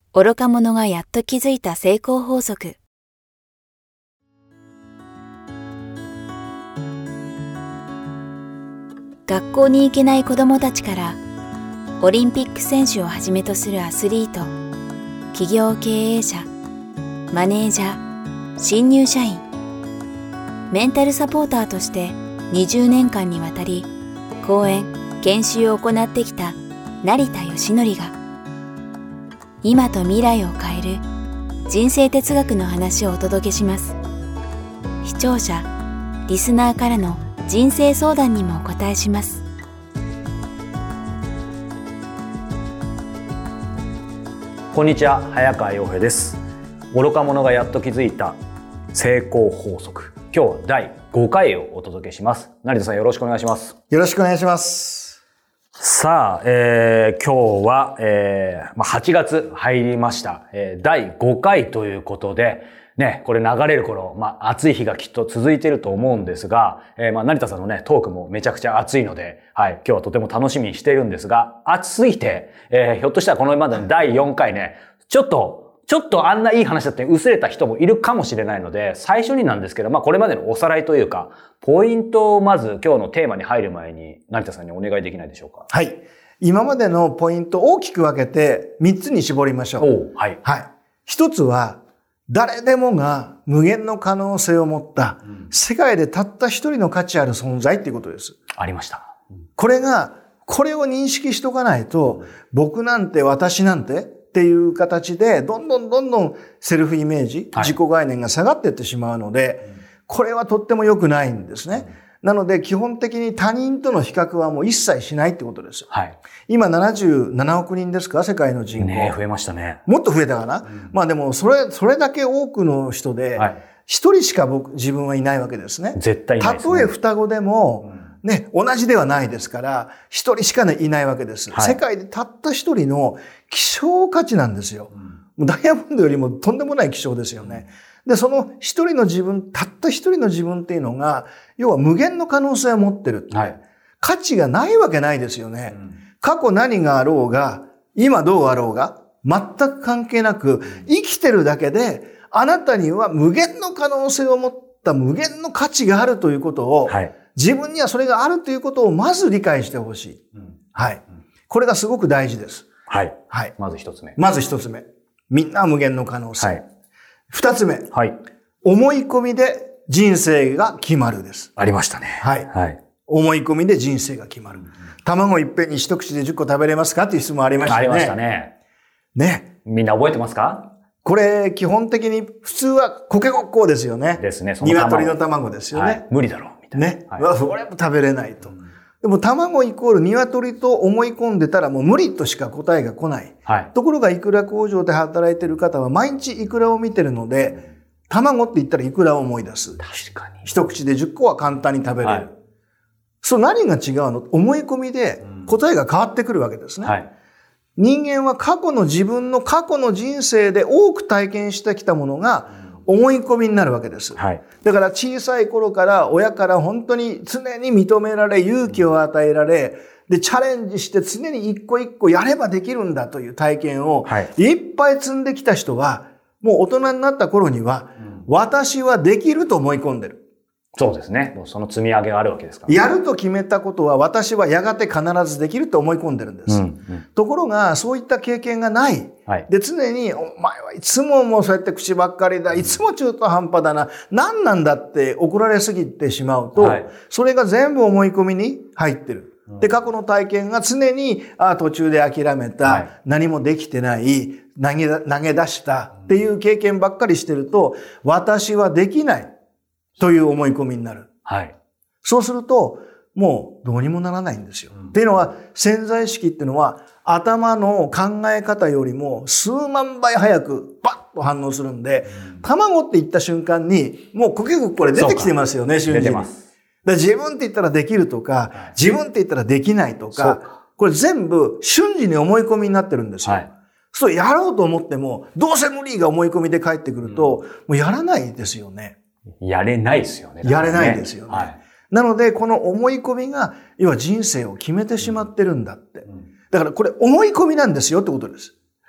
愚か者がやっと気づいた成功法則。学校に行けない子どもたちから、オリンピック選手をはじめとするアスリート、企業経営者、マネージャー、新入社員、メンタルサポーターとして20年間にわたり講演・研修を行ってきた成田義則が、今と未来を変える人生哲学の話をお届けします。視聴者・リスナーからの人生相談にもお答えします。 こんにちは、早川洋平です。愚か者がやっと気づいた成功法則、今日は第5回をお届けします。成田さん、よろしくお願いします。 よろしくお願いします。 さあ、今日は、8月入りました。第5回ということで、ね、これ流れる頃、暑い日がきっと続いていると思うんですが、成田さんのね、トークもめちゃくちゃ暑いので、はい、今日はとても楽しみにしているんですが、暑すぎて、ひょっとしたらこのまでの第4回ね、ちょっとあんないい話だって薄れた人もいるかもしれないので、最初になんですけど、これまでのおさらいというか、ポイントをまず今日のテーマに入る前に、成田さんにお願いできないでしょうか。 はい。今までのポイントを大きく分けて3つに絞りましょう。 はい。 はい。1つは、誰でもが無限の可能性を持った、世界でたった一人の価値ある存在っていうことです。 ありました。 これを認識しとかないと、僕なんて私なんてっていう形で、どんどんセルフイメージ、自己概念が下がっていってしまうので、これはとっても良くないんですね。なので基本的に他人との比較はもう一切しないってことです。 はい。 今77億人ですか、世界の人口。 ね、増えましたね。 もっと増えたかな。でもそれだけ多くの人で、一人しか自分はいないわけですね。 絶対いないですね。 たとえ双子でも、ね、同じではないですから、一人しかいないわけです。世界でたった一人の希少価値なんですよ。もうダイヤモンドよりもとんでもない希少ですよね。で、その一人の自分、たった一人の自分っていうのが、要は無限の可能性を持ってる。価値がないわけないですよね。過去何があろうが、今どうあろうが、全く関係なく、生きてるだけで、あなたには無限の可能性を持った無限の価値があるということを、自分にはそれがあるということをまず理解してほしい。はい。これがすごく大事です。 はい。まず一つ目。 みんなは無限の可能性。二つ目。思い込みで人生が決まるです。 ありましたね。 思い込みで人生が決まる。卵いっぺんに一口で10個食べれますかっていう質問ありましたね。 ありましたね。 ね。 みんな覚えてますか？ これ、基本的に普通はコケコッコーですよね。 ですね。 鶏の卵ですよね。 無理だろう、みたいな。 ね。俺も食べれないと。でも卵イコール鶏と思い込んでたらもう無理としか答えが来ない。ところがイクラ工場で働いてる方は毎日イクラを見てるので、卵って言ったらイクラを思い出す。 確かに。 一口で10個は簡単に食べれる。そう何が違うの？思い込みで答えが変わってくるわけですね。人間は過去の自分の過去の人生で多く体験してきたものが思い込みになるわけです。だから小さい頃から親から本当に常に認められ、勇気を与えられ、で、チャレンジして常に一個一個やればできるんだという体験をいっぱい積んできた人は、もう大人になった頃には、私はできると思い込んでる。 そうですね。もうその積み上げがあるわけですから、ね。 やると決めたことは私はやがて必ずできると思い込んでるんです。ところが、そういった経験がない。で、常に、お前はいつももうそうやって口ばっかりだ。いつも中途半端だな。何なんだって怒られすぎてしまうと、それが全部思い込みに入ってる。で、過去の体験が常に、途中で諦めた。何もできてない。投げ出したっていう経験ばっかりしてると、私はできない。という思い込みになる。そうすると、もうどうにもならないんですよ。っていうのは、潜在意識っていうのは、頭の考え方よりも数万倍早くパッと反応するんで、卵って言った瞬間に、もうコケコこれ出てきてますよね、瞬時に。出てます。自分って言ったらできるとか、自分って言ったらできないとか、これ全部瞬時に思い込みになってるんですよ。そうやろうと思っても、どうせ無理が思い込みで返ってくると、もうやらないですよね。 やれないですよね。 やれないですよね。なので、この思い込みが、要は人生を決めてしまってるんだって。だからこれ思い込みなんですよってことです。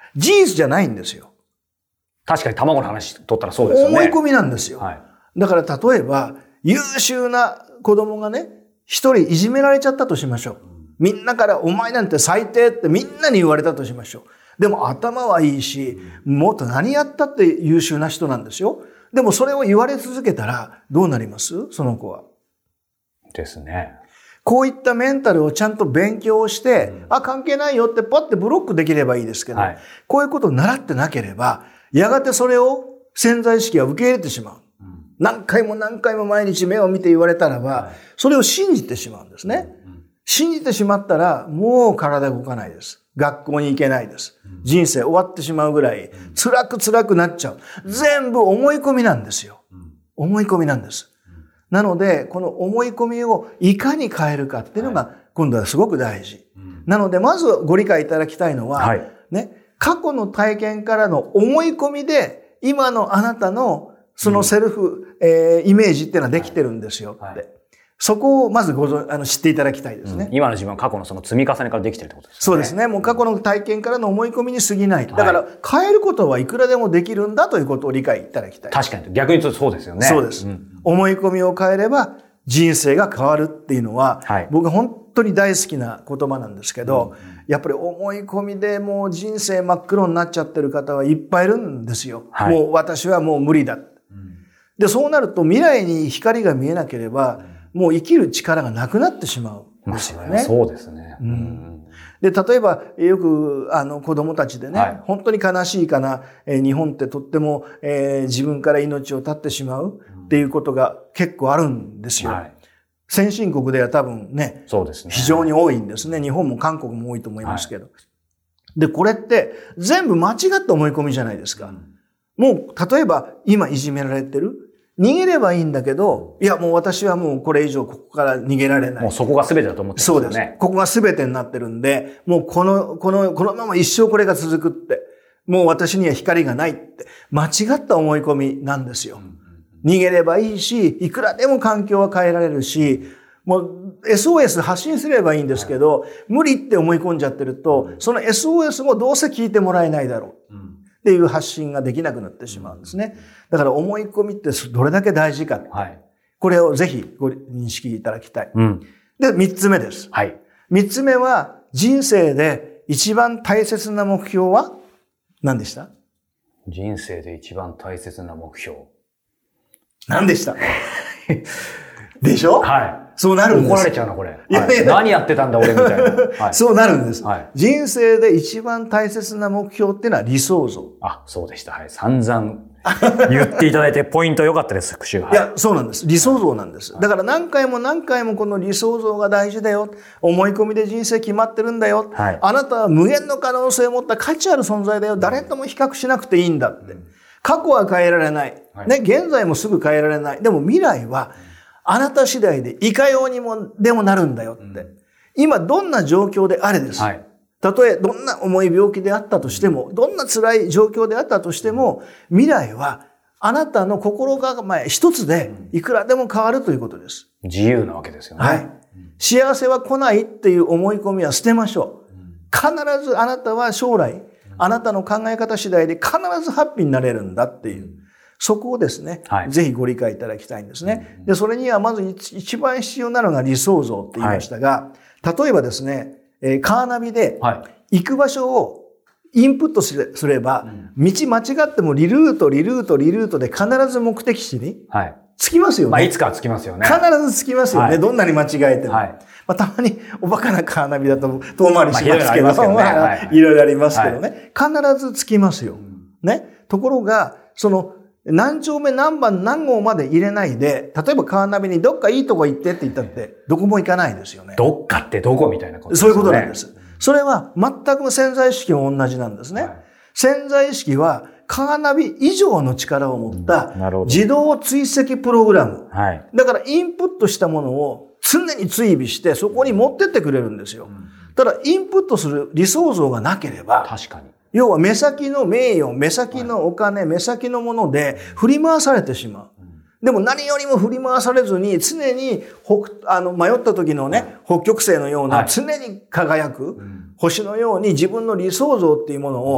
事実じゃないんですよ。 確かに卵の話取ったらそうですよね。 思い込みなんですよ。はい、だから例えば、優秀な子供がね、一人いじめられちゃったとしましょう。みんなからお前なんて最低ってみんなに言われたとしましょう。でも頭はいいし、もっと何やったって優秀な人なんですよ。でもそれを言われ続けたらどうなります？その子は。 ですね。 こういったメンタルをちゃんと勉強して、関係ないよってパッてブロックできればいいですけど、はい、こういうことを習ってなければ、やがてそれを潜在意識は受け入れてしまう。何回も何回も毎日目を見て言われたらば、それを信じてしまうんですね。信じてしまったら、もう体動かないです。学校に行けないです。人生終わってしまうぐらい、辛くなっちゃう。全部思い込みなんですよ。思い込みなんです。なので、この思い込みをいかに変えるかっていうのが、今度はすごく大事。なので、まずご理解いただきたいのは、ね、過去の体験からの思い込みで、今のあなたのそのセルフ、イメージっていうのはできてるんですよって。そこをまず知っていただきたいですね。 今の自分は過去のその積み重ねからできてるってことですね。 そうですね。もう過去の体験からの思い込みに過ぎない。だから変えることはいくらでもできるんだということを理解いただきたい。 確かに。逆に言うとそうですよね。 そうです。思い込みを変えれば人生が変わるっていうのは、僕は本当に大好きな言葉なんですけど、やっぱり思い込みでもう人生真っ黒になっちゃってる方はいっぱいいるんですよ。もう私はもう無理だ。で、そうなると未来に光が見えなければ、もう生きる力がなくなってしまうんですよね。 そうですね。 で、例えば、よく、子供たちでね、本当に悲しいかな、日本ってとっても、自分から命を絶ってしまうっていうことが結構あるんですよ。先進国では多分ね、 そうですね。 非常に多いんですね。日本も韓国も多いと思いますけど。で、これって全部間違った思い込みじゃないですか。もう、例えば、今いじめられてる。逃げればいいんだけど、いやもう私はもうこれ以上ここから逃げられない。 もうそこが全てだと思ってるんですよね。 そうです。ここが全てになってるんで、もうこのまま一生これが続くって、もう私には光がないって、間違った思い込みなんですよ。逃げればいいし、いくらでも環境は変えられるし、もう SOS 発信すればいいんですけど、無理って思い込んじゃってると、その SOS もどうせ聞いてもらえないだろう。っていう発信ができなくなってしまうんですね。だから思い込みってどれだけ大事か。これをぜひご認識いただきたい。で、3つ目です。3つ目は人生で一番大切な目標は何でした？ 人生で一番大切な目標。 何でしたでしょ？そうなるんです。 怒られちゃうな、これ。何やってたんだ、俺みたいな。 そうなるんです。人生で一番大切な目標っていうのは理想像。 そうでした。散々言っていただいて、ポイント良かったです、復習。 いや、そうなんです。理想像なんです。だから何回も何回もこの理想像が大事だよ。思い込みで人生決まってるんだよ。あなたは無限の可能性を持った価値ある存在だよ。誰とも比較しなくていいんだって。過去は変えられない。ね、現在もすぐ変えられない。でも未来は、あなた次第でいかようにもでもなるんだよって。今どんな状況であれです。たとえどんな重い病気であったとしても、どんな辛い状況であったとしても、未来はあなたの心構え一つでいくらでも変わるということです。 自由なわけですよね。 幸せは来ないっていう思い込みは捨てましょう。必ずあなたは将来、あなたの考え方次第で必ずハッピーになれるんだっていう。そこをですね、ぜひご理解いただきたいんですね。で、それにはまず一番必要なのが理想像って言いましたが、例えばですね、カーナビで行く場所をインプットすれば、道間違ってもリルートで必ず目的地に着きますよね。 いつかは着きますよね。 必ず着きますよね。どんなに間違えても。たまにおバカなカーナビだと遠回りしますけど、いろいろありますけどね。必ず着きますよ。ね。ところが、何丁目何番何号まで入れないで、例えばカーナビにどっかいいとこ行ってって言ったって、どこも行かないですよね。 どっかってどこみたいなことですね。そういうことなんです。それは全く潜在意識も同じなんですね。潜在意識はカーナビ以上の力を持った自動追跡プログラム。だからインプットしたものを常に追尾してそこに持ってってくれるんですよ。ただインプットする理想像がなければ、 確かに。 要は目先の名誉、目先のお金、目先のもので振り回されてしまう。でも何よりも振り回されずに常に迷った時のね、北極星のような常に輝く星のように自分の理想像っていうものを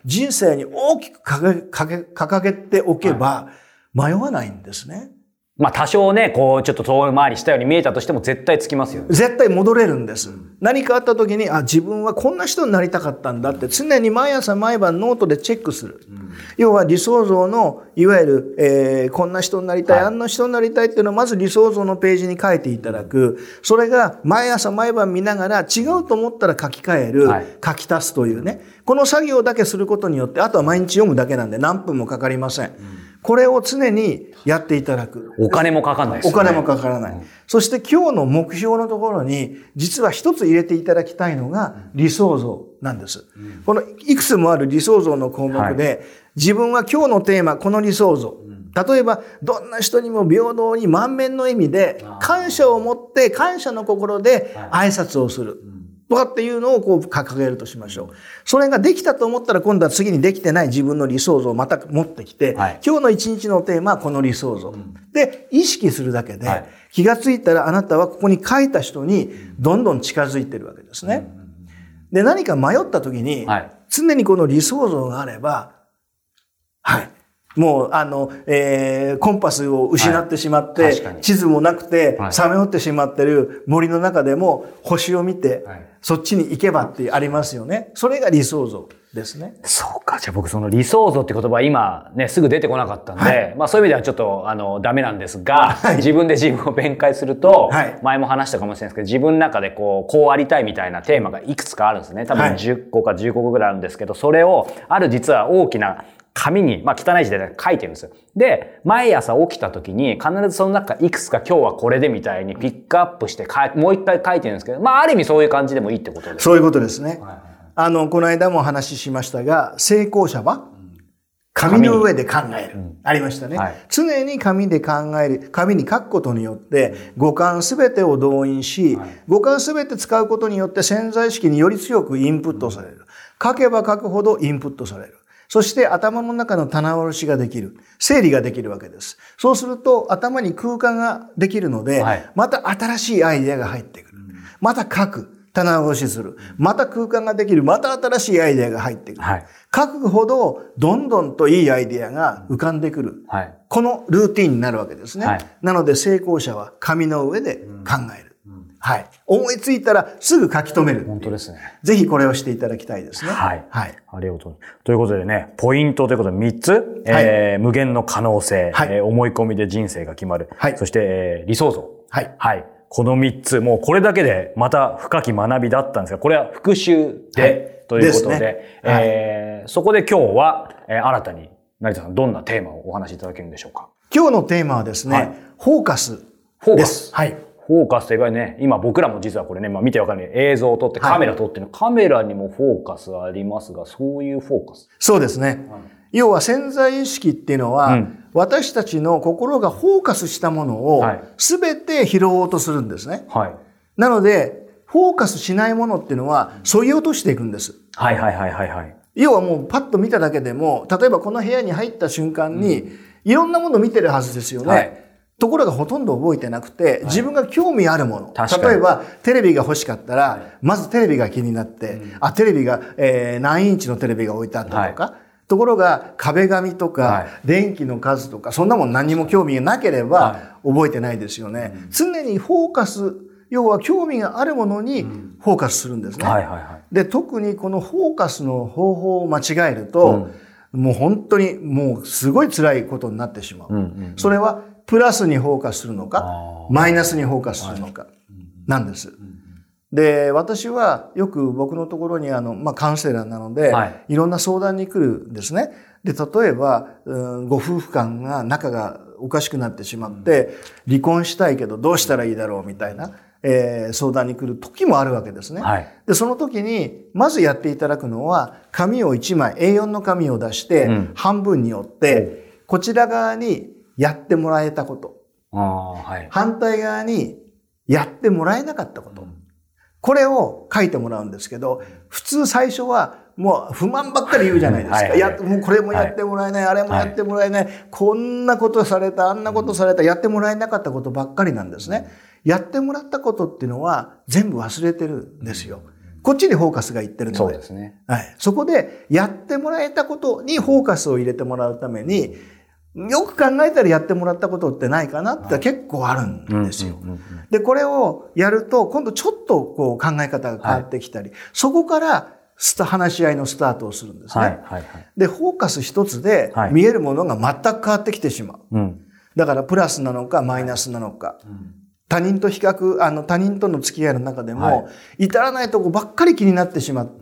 人生に大きく掲げておけば迷わないんですね。 まあ多少ね、こうちょっと遠回りしたように見えたとしても絶対つきますよね。 絶対戻れるんです。何かあった時に、自分はこんな人になりたかったんだって常に毎朝毎晩ノートでチェックする。要は理想像のいわゆる、こんな人になりたい、あんな人になりたいっていうのをまず理想像のページに書いていただく。それが毎朝毎晩見ながら違うと思ったら書き換える、書き足すというね。この作業だけすることによって、あとは毎日読むだけなんで何分もかかりません。これを常にやっていただく。 お金もかかんないですね。 お金もかからない。そして今日の目標のところに、実は一つ入れていただきたいのが理想像なんです。このいくつもある理想像の項目で、自分は今日のテーマ、この理想像。例えば、どんな人にも平等に満面の笑みで、感謝を持って、感謝の心で挨拶をする。とかっていうのをこう掲げるとしましょう。それができたと思ったら今度は次にできてない自分の理想像をまた持ってきて、今日の一日のテーマはこの理想像。で、意識するだけで、気がついたらあなたはここに書いた人にどんどん近づいてるわけですね。で、何か迷った時に、常にこの理想像があれば、もう、コンパスを失ってしまって、地図もなくて、さまよってしまってる森の中でも、星を見て、そっちに行けばってありますよね。それが理想像ですね。 そうか。じゃあ僕その理想像って言葉は今ね、すぐ出てこなかったんで、まあそういう意味ではちょっとダメなんですが、自分で自分を弁解すると、前も話したかもしれないですけど、自分の中でこうありたいみたいなテーマがいくつかあるんですね。多分10個か15個ぐらいあるんですけど、それをある実は大きな紙に、まあ汚い字で書いてるんですよ。で、毎朝起きた時に必ずその中いくつか今日はこれでみたいにピックアップしてもう一回書いてるんですけど、まあある意味そういう感じでもいいってことです。 そういうことですね。この間もお話ししましたが、成功者は紙の上で考える。ありましたね。常に紙で考える、紙に書くことによって、五感すべてを動員し、五感すべて使うことによって潜在意識により強くインプットされる。書けば書くほどインプットされる。そして頭の中の棚卸しができる。整理ができるわけです。そうすると頭に空間ができるので、また新しいアイデアが入ってくる。また書く。棚卸しする。また空間ができる。また新しいアイデアが入ってくる。書くほどどんどんといいアイデアが浮かんでくる。このルーティンになるわけですね。なので成功者は紙の上で考える。思いついたらすぐ書き留める。 本当ですね。 ぜひこれをしていただきたいですね。 ありがとうございます。ということでね、ポイントということで3つ。無限の可能性。思い込みで人生が決まる。そして、理想像。この3つ、もうこれだけでまた深き学びだったんですが、これは復習で、ということで、そこで今日は、新たに成田さんどんなテーマをお話しいただけるんでしょうか。 今日のテーマはですね、フォーカスです。 フォーカスといえばね、今僕らも実はこれね、まあ見てわかんない映像を撮ってカメラ撮ってる、カメラにもフォーカスありますが、そういうフォーカス。 そうですね。要は潜在意識っていうのは、私たちの心がフォーカスしたものを全て拾おうとするんですね。なので、フォーカスしないものっていうのは、削ぎ落としていくんです。要はもうパッと見ただけでも、例えばこの部屋に入った瞬間に、いろんなものを見てるはずですよね。ところがほとんど覚えてなくて、自分が興味あるもの。例えば、テレビが欲しかったら、まずテレビが気になって、テレビが、何インチのテレビが置いてあったとか、ところが壁紙とか、電気の数とか、そんなもん何も興味がなければ覚えてないですよね。常にフォーカス、要は興味があるものにフォーカスするんですね。で、特にこのフォーカスの方法を間違えると、もう本当にもうすごい辛いことになってしまう。それは、プラスにフォーカスするのか、マイナスにフォーカスするのか、なんです。で、私はよく僕のところにカウンセラーなので、いろんな相談に来るんですね。で、例えば、ご夫婦間が仲がおかしくなってしまって、離婚したいけどどうしたらいいだろうみたいな、相談に来る時もあるわけですね。で、その時に、まずやっていただくのは、紙を1枚、A4 の紙を出して、半分に折って、こちら側にやってもらえたこと。反対側にやってもらえなかったこと。これを書いてもらうんですけど、普通最初はもう不満ばっかり言うじゃないですか。もうこれもやってもらえない、あれもやってもらえない、こんなことされた、あんなことされた、やってもらえなかったことばっかりなんですね。やってもらったことっていうのは全部忘れてるんですよ。 こっちにフォーカスがいってるので。 そうですね。 はい。そこで、やってもらえたことにフォーカスを入れてもらうために、よく考えたらやってもらったことってないかなって結構あるんですよ。で、これをやると、今度ちょっとこう考え方が変わってきたり、そこから話し合いのスタートをするんですね。で、フォーカス一つで見えるものが全く変わってきてしまう。だからプラスなのかマイナスなのか。他人と比較、他人との付き合いの中でも、至らないとこばっかり気になってしまって、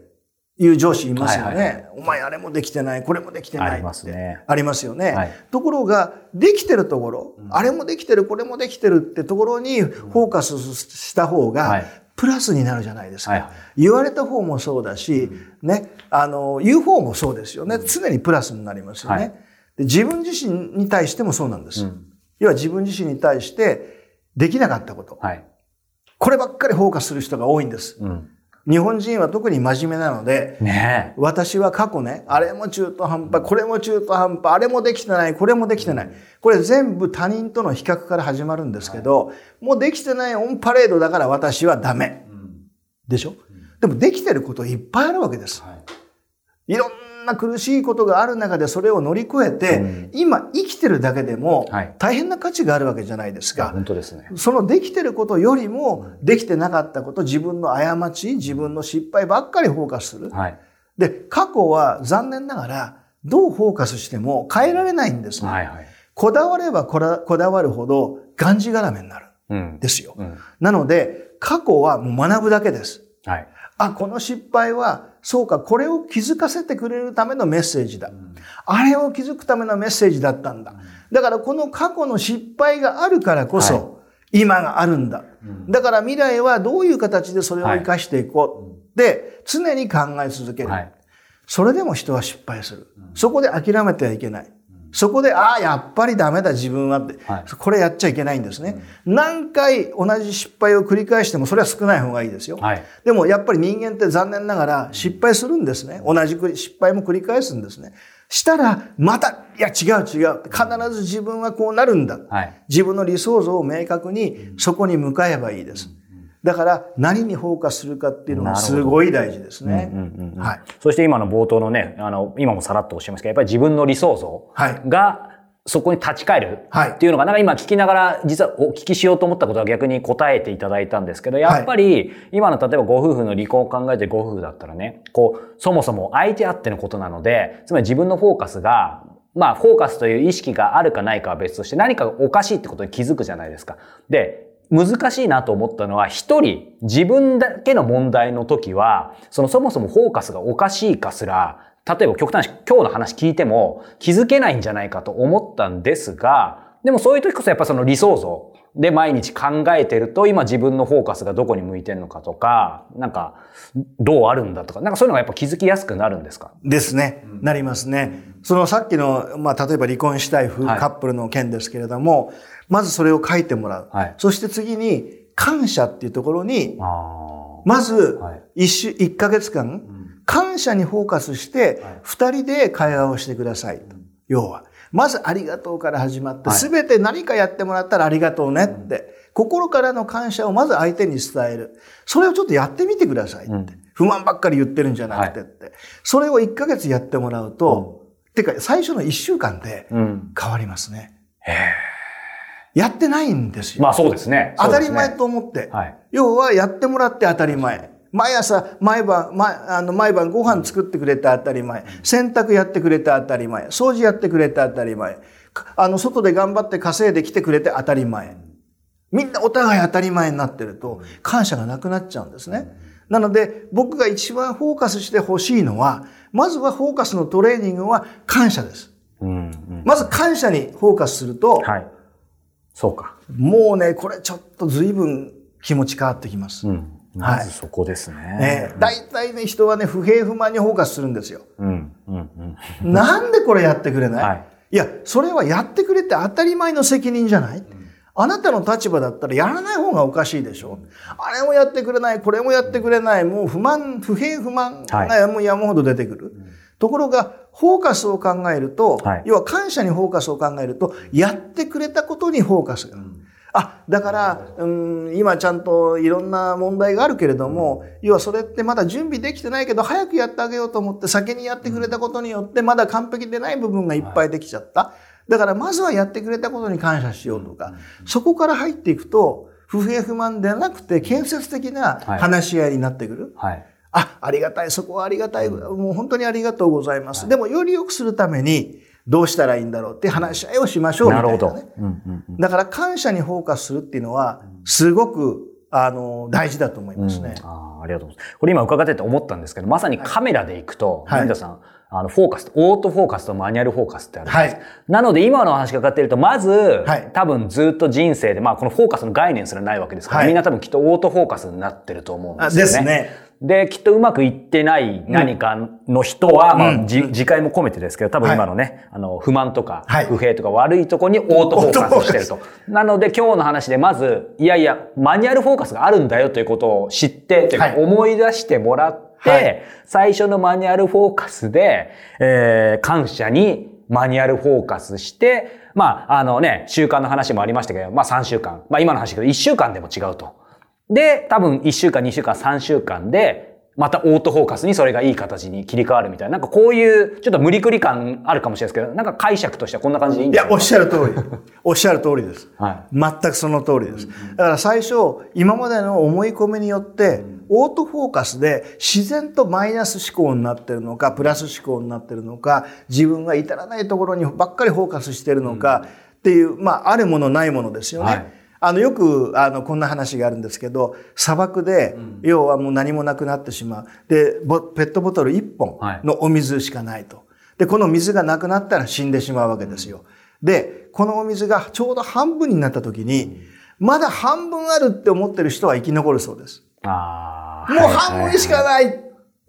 いう上司いますよね。お前あれもできてない、これもできてないって。ありますね。ありますよね。ところが、できてるところ、あれもできてる、これもできてるってところにフォーカスした方が、プラスになるじゃないですか。言われた方もそうだし、ね、言う方もそうですよね。常にプラスになりますよね。で、自分自身に対してもそうなんです。要は自分自身に対してできなかったこと。こればっかりフォーカスする人が多いんです。日本人は特に真面目なので、私は過去ね、あれも中途半端、これも中途半端、あれもできてない、これもできてない。これ全部他人との比較から始まるんですけど、もうできてないオンパレードだから私はダメ。でしょ？でもできてることいっぱいあるわけです。いろんな苦しいことがある中でそれを乗り越えて、今生きてるだけでも大変な価値があるわけじゃないですか。 本当ですね。 そのできてることよりもできてなかったこと、自分の過ち、自分の失敗ばっかりフォーカスする。で、過去は残念ながらどうフォーカスしても変えられないんですね。こだわればこだわるほどがんじがらめになるんですよ。なので、過去はもう学ぶだけです。この失敗は、そうか、これを気づかせてくれるためのメッセージだ。あれを気づくためのメッセージだったんだ。だからこの過去の失敗があるからこそ、今があるんだ。だから未来はどういう形でそれを生かしていこう。で、常に考え続ける。それでも人は失敗する。そこで諦めてはいけない。そこで、やっぱりダメだ自分はって、これやっちゃいけないんですね。何回同じ失敗を繰り返してもそれは少ない方がいいですよ。でもやっぱり人間って残念ながら失敗するんですね。同じ失敗も繰り返すんですね。したら、また、いや違う。必ず自分はこうなるんだ。自分の理想像を明確にそこに向かえばいいです。だから何にフォーカスするかっていうのがすごい大事ですね。 そして今の冒頭のね、今もさらっとおっしゃいますけど、やっぱり自分の理想像がそこに立ち返るっていうのが、なんか今聞きながら実はお聞きしようと思ったことは逆に答えていただいたんですけど、やっぱり今の例えばご夫婦の離婚を考えてるご夫婦だったらね、そもそも相手あってのことなので、つまり自分のフォーカスがフォーカスという意識があるかないかは別として何かがおかしいってことに気づくじゃないですか。で、難しいなと思ったのは、一人自分だけの問題の時は、そもそもフォーカスがおかしいかすら、例えば極端に今日の話聞いても気づけないんじゃないかと思ったんですが、でもそういう時こそやっぱその理想像で毎日考えてると、今自分のフォーカスがどこに向いてるのかとか、なんかどうあるんだとか、なんかそういうのがやっぱ気づきやすくなるんですか？ ですね。なりますね。そのさっきの、例えば離婚したいカップルの件ですけれども、まずそれを書いてもらう。そして次に、感謝っていうところに、まず、1ヶ月間、感謝にフォーカスして、2人で会話をしてくださいと。要は。まずありがとうから始まって、すべて何かやってもらったらありがとうねって、心からの感謝をまず相手に伝える。それをちょっとやってみてくださいって。不満ばっかり言ってるんじゃなくてって。それを1ヶ月やってもらうと、てか最初の1週間で変わりますね。やってないんですよ。 そうですね。 当たり前と思って。要はやってもらって当たり前。毎朝、毎晩ご飯作ってくれて当たり前。洗濯やってくれて当たり前。掃除やってくれて当たり前。外で頑張って稼いできてくれて当たり前。みんなお互い当たり前になってると、感謝がなくなっちゃうんですね。なので、僕が一番フォーカスしてほしいのは、まずはフォーカスのトレーニングは感謝です。まず感謝にフォーカスすると、 そうか。 もうね、これちょっと随分気持ち変わってきます。 まずそこですね。 大体ね、人はね、不平不満にフォーカスするんですよ。なんでこれやってくれない？いや、それはやってくれて当たり前の責任じゃない？あなたの立場だったらやらない方がおかしいでしょ。あれもやってくれない、これもやってくれない、もう不平不満がもう山ほど出てくる。ところが、フォーカスを考えると、要は感謝にフォーカスを考えると、やってくれたことにフォーカスが。 だから、今ちゃんといろんな問題があるけれども、要はそれってまだ準備できてないけど、早くやってあげようと思って先にやってくれたことによって、まだ完璧でない部分がいっぱいできちゃった。だからまずはやってくれたことに感謝しようとか、そこから入っていくと、不平不満ではなくて建設的な話し合いになってくる。ありがたい、そこはありがたい、もう本当にありがとうございます。でもより良くするために、どうしたらいいんだろうって話し合いをしましょうみたいなね。なるほど。だから感謝にフォーカスするっていうのは、すごく、大事だと思いますね。 ありがとうございます。これ今伺ってて思ったんですけど、まさにカメラでいくと、成田さん、フォーカス、オートフォーカスとマニュアルフォーカスってあるんです。なので今の話がかかっていると、まず、多分ずっと人生で、このフォーカスの概念すらないわけですから、みんな多分きっとオートフォーカスになってると思うんですよね。ですね。で、きっとうまくいってない何かの人は、自戒も込めてですけど、多分今のね、不満とか、不平とか悪いところにオートフォーカスしてると。なので今日の話でまず、マニュアルフォーカスがあるんだよということを知って、というか思い出してもらって、最初のマニュアルフォーカスで、感謝にマニュアルフォーカスして、習慣の話もありましたけど、3週間。今の話だけど1週間でも違うと。で、多分1週間、2週間、3週間で、またオートフォーカスにそれがいい形に切り替わるみたいな、なんかこういう、ちょっと無理くり感あるかもしれないですけど、なんか解釈としてはこんな感じでいいんですか？ いや、おっしゃる通り。おっしゃる通りです。全くその通りです。だから最初、今までの思い込みによって、オートフォーカスで自然とマイナス思考になってるのか、プラス思考になってるのか、自分が至らないところにばっかりフォーカスしてるのかっていう、あるものないものですよね。よく、こんな話があるんですけど、砂漠で、要はもう何もなくなってしまう。で、ペットボトル1本のお水しかないと。で、この水がなくなったら死んでしまうわけですよ。で、このお水がちょうど半分になった時に、まだ半分あるって思ってる人は生き残るそうです。もう半分しかないって、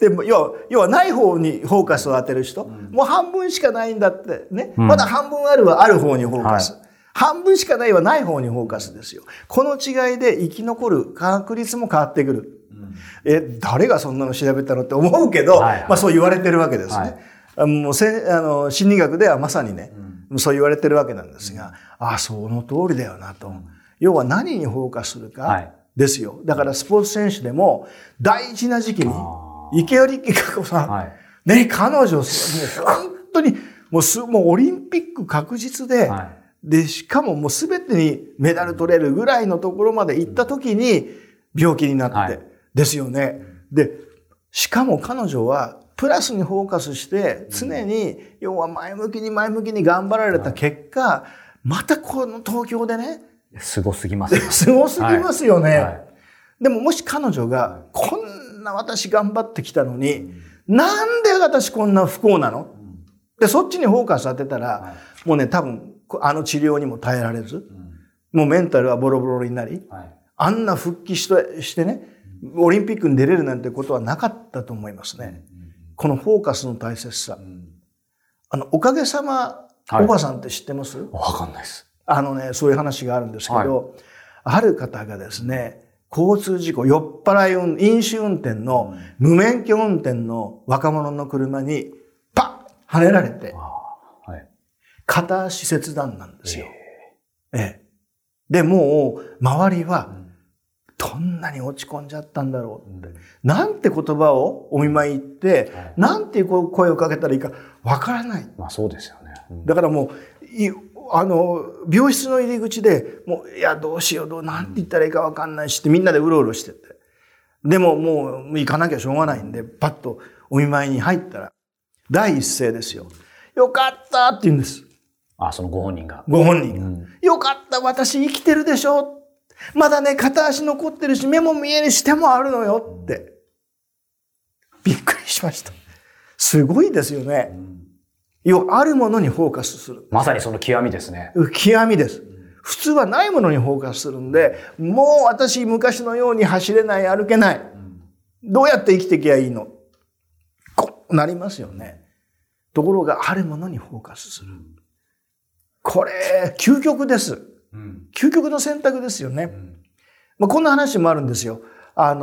要はない方にフォーカスを当てる人、もう半分しかないんだってね。まだ半分あるはある方にフォーカス。半分しかないはない方にフォーカスですよ。この違いで生き残る確率も変わってくる。誰がそんなの調べたのって思うけど、そう言われてるわけですね。もう心理学ではまさにね、そう言われてるわけなんですが、その通りだよなと。要は何にフォーカスするかですよ。だからスポーツ選手でも大事な時期に、池寄璃花子さん、ね、彼女、もう本当に、もうオリンピック確実で、しかももうすべてにメダル取れるぐらいのところまで行った時に病気になって、ですよね。で、しかも彼女はプラスにフォーカスして常に、要は前向きに頑張られた結果、またこの東京でね。 すごすぎますよ。 すごすぎますよね。でももし彼女がこんな私頑張ってきたのに、なんで私こんな不幸なの？で、そっちにフォーカス当てたら、もうね、多分、治療にも耐えられず、もうメンタルはボロボロになり、あんな復帰してね、オリンピックに出れるなんてことはなかったと思いますね。このフォーカスの大切さ。おかげさま、おばさんって知ってます？ わかんないです。 そういう話があるんですけど、ある方がですね、交通事故、酔っ払い飲酒運転の、無免許運転の若者の車に、パッ跳ねられて、片足切断なんですよ。で、もう、周りは、どんなに落ち込んじゃったんだろうって。なんて言葉をお見舞い言って、なんていう声をかけたらいいかわからない。 そうですよね。 だからもう、病室の入り口で、もう、いや、どうしよう、なんて言ったらいいかわかんないしってみんなでうろうろしてて。でももう、行かなきゃしょうがないんで、パッとお見舞いに入ったら、第一声ですよ。よかったって言うんです。 そのご本人が。 ご本人が。よかった、私生きてるでしょ。まだね、片足残ってるし、目も見えるし、手もあるのよって。びっくりしました。すごいですよね。あるものにフォーカスする。 まさにその極みですね。 極みです。普通はないものにフォーカスするんで、もう私昔のように走れない、歩けない。どうやって生きていけばいいの？こうなりますよね。ところが、あるものにフォーカスする。これ、究極です。究極の選択ですよね。こんな話もあるんですよ。あ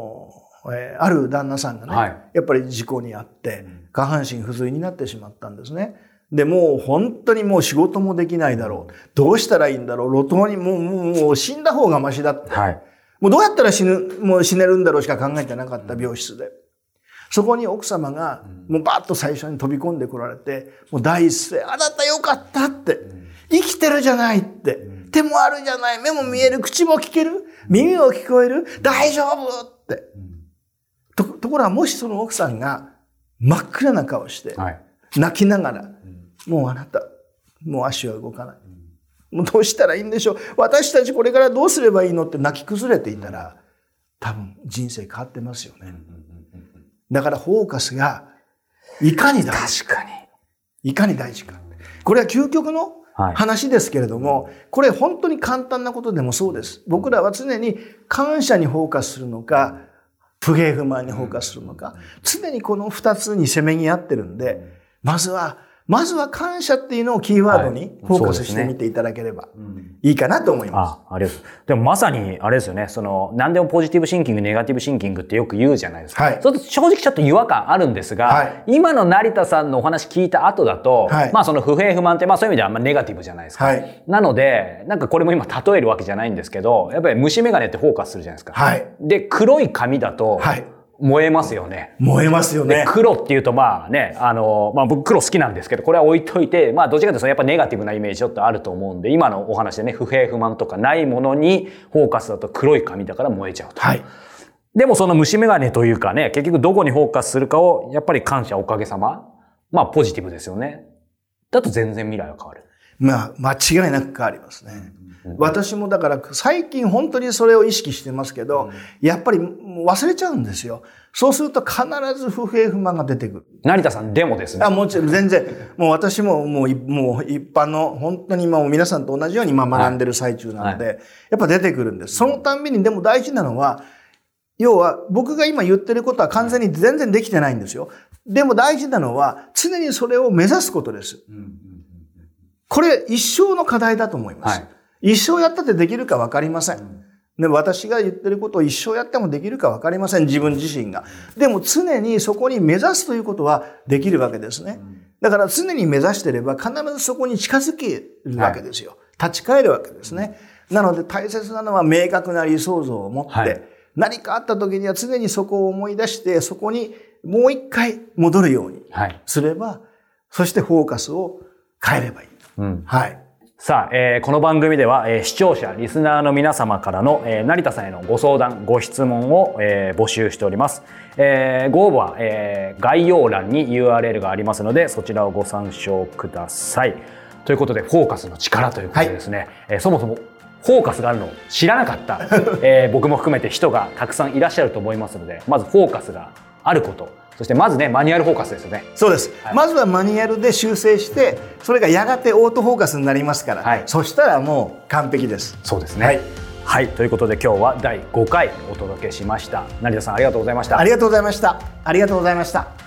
る旦那さんがね、やっぱり事故に遭って、下半身不随になってしまったんですね。 で、もう本当にもう仕事もできないだろう。どうしたらいいんだろう。路頭にもう死んだ方がマシだって。はい、もうどうやったらもう死ねるんだろうしか考えてなかった病室で。そこに奥様がもうバーッと最初に飛び込んでこられて、もう第一声、あなたよかったって。生きてるじゃないって。手もあるじゃない。目も見える。口も聞ける。耳も聞こえる。大丈夫って。ところがもしその奥さんが真っ暗な顔して、泣きながら、もうあなた、もう足は動かない。もうどうしたらいいんでしょう。私たちこれからどうすればいいのって泣き崩れていたら、多分人生変わってますよね。だからフォーカスがいかに大事か。いかに大事か。これは究極の話ですけれども、これ本当に簡単なことでもそうです。僕らは常に感謝にフォーカスするのか、不平不満にフォーカスするのか、常にこの二つにせめぎ合ってるんで、まずは感謝っていうのをキーワードにフォーカスしてみていただければいいかなと思います。 ありがとうございます。でもまさにあれですよね。何でもポジティブシンキング、ネガティブシンキングってよく言うじゃないですか。そうすると正直ちょっと違和感あるんですが、今の成田さんのお話聞いた後だと、その不平不満ってそういう意味ではあんまネガティブじゃないですか。なので、なんかこれも今例えるわけじゃないんですけど、やっぱり虫眼鏡ってフォーカスするじゃないですか。で、黒い紙だと、燃えますよね。 燃えますよね。 黒っていうと僕黒好きなんですけど、これは置いといて、どちらかというとやっぱネガティブなイメージちょっとあると思うんで、今のお話でね、不平不満とかないものにフォーカスだと黒い紙だから燃えちゃうと。でもその虫眼鏡というかね、結局どこにフォーカスするかを、やっぱり感謝おかげさま。ポジティブですよね。だと全然未来は変わる。 間違いなく変わりますね。私もだから最近本当にそれを意識してますけど、やっぱり忘れちゃうんですよ。そうすると必ず不平不満が出てくる。 成田さんでもですね。 もちろん全然。もう私ももう一般の本当に皆さんと同じように学んでる最中なので、やっぱ出てくるんです。そのたんびにでも大事なのは、要は僕が今言ってることは完全に全然できてないんですよ。でも大事なのは常にそれを目指すことです。これ一生の課題だと思います。一生やったってできるか分かりません。で、私が言ってることを一生やってもできるか分かりません。自分自身が。でも常にそこに目指すということはできるわけですね。だから常に目指してれば必ずそこに近づけるわけですよ。立ち返るわけですね。なので大切なのは明確な理想像を持って、何かあった時には常にそこを思い出して、そこにもう一回戻るようにすれば、そしてフォーカスを変えればいい。 さあ、この番組では、視聴者、リスナーの皆様からの、成田さんへのご相談、ご質問を、募集しております。ご応募は、概要欄に URL がありますので、そちらをご参照ください。ということで、フォーカスの力ということでですね、そもそもフォーカスがあるのを知らなかった、僕も含めて人がたくさんいらっしゃると思いますので、まずフォーカスがあること、そしてまずね、マニュアルフォーカスですよね。 そうです。まずはマニュアルで修正して、それがやがてオートフォーカスになりますから、そしたらもう完璧です。 そうですね。はい、ということで今日は第5回お届けしました。成田さんありがとうございました。 ありがとうございました。ありがとうございました。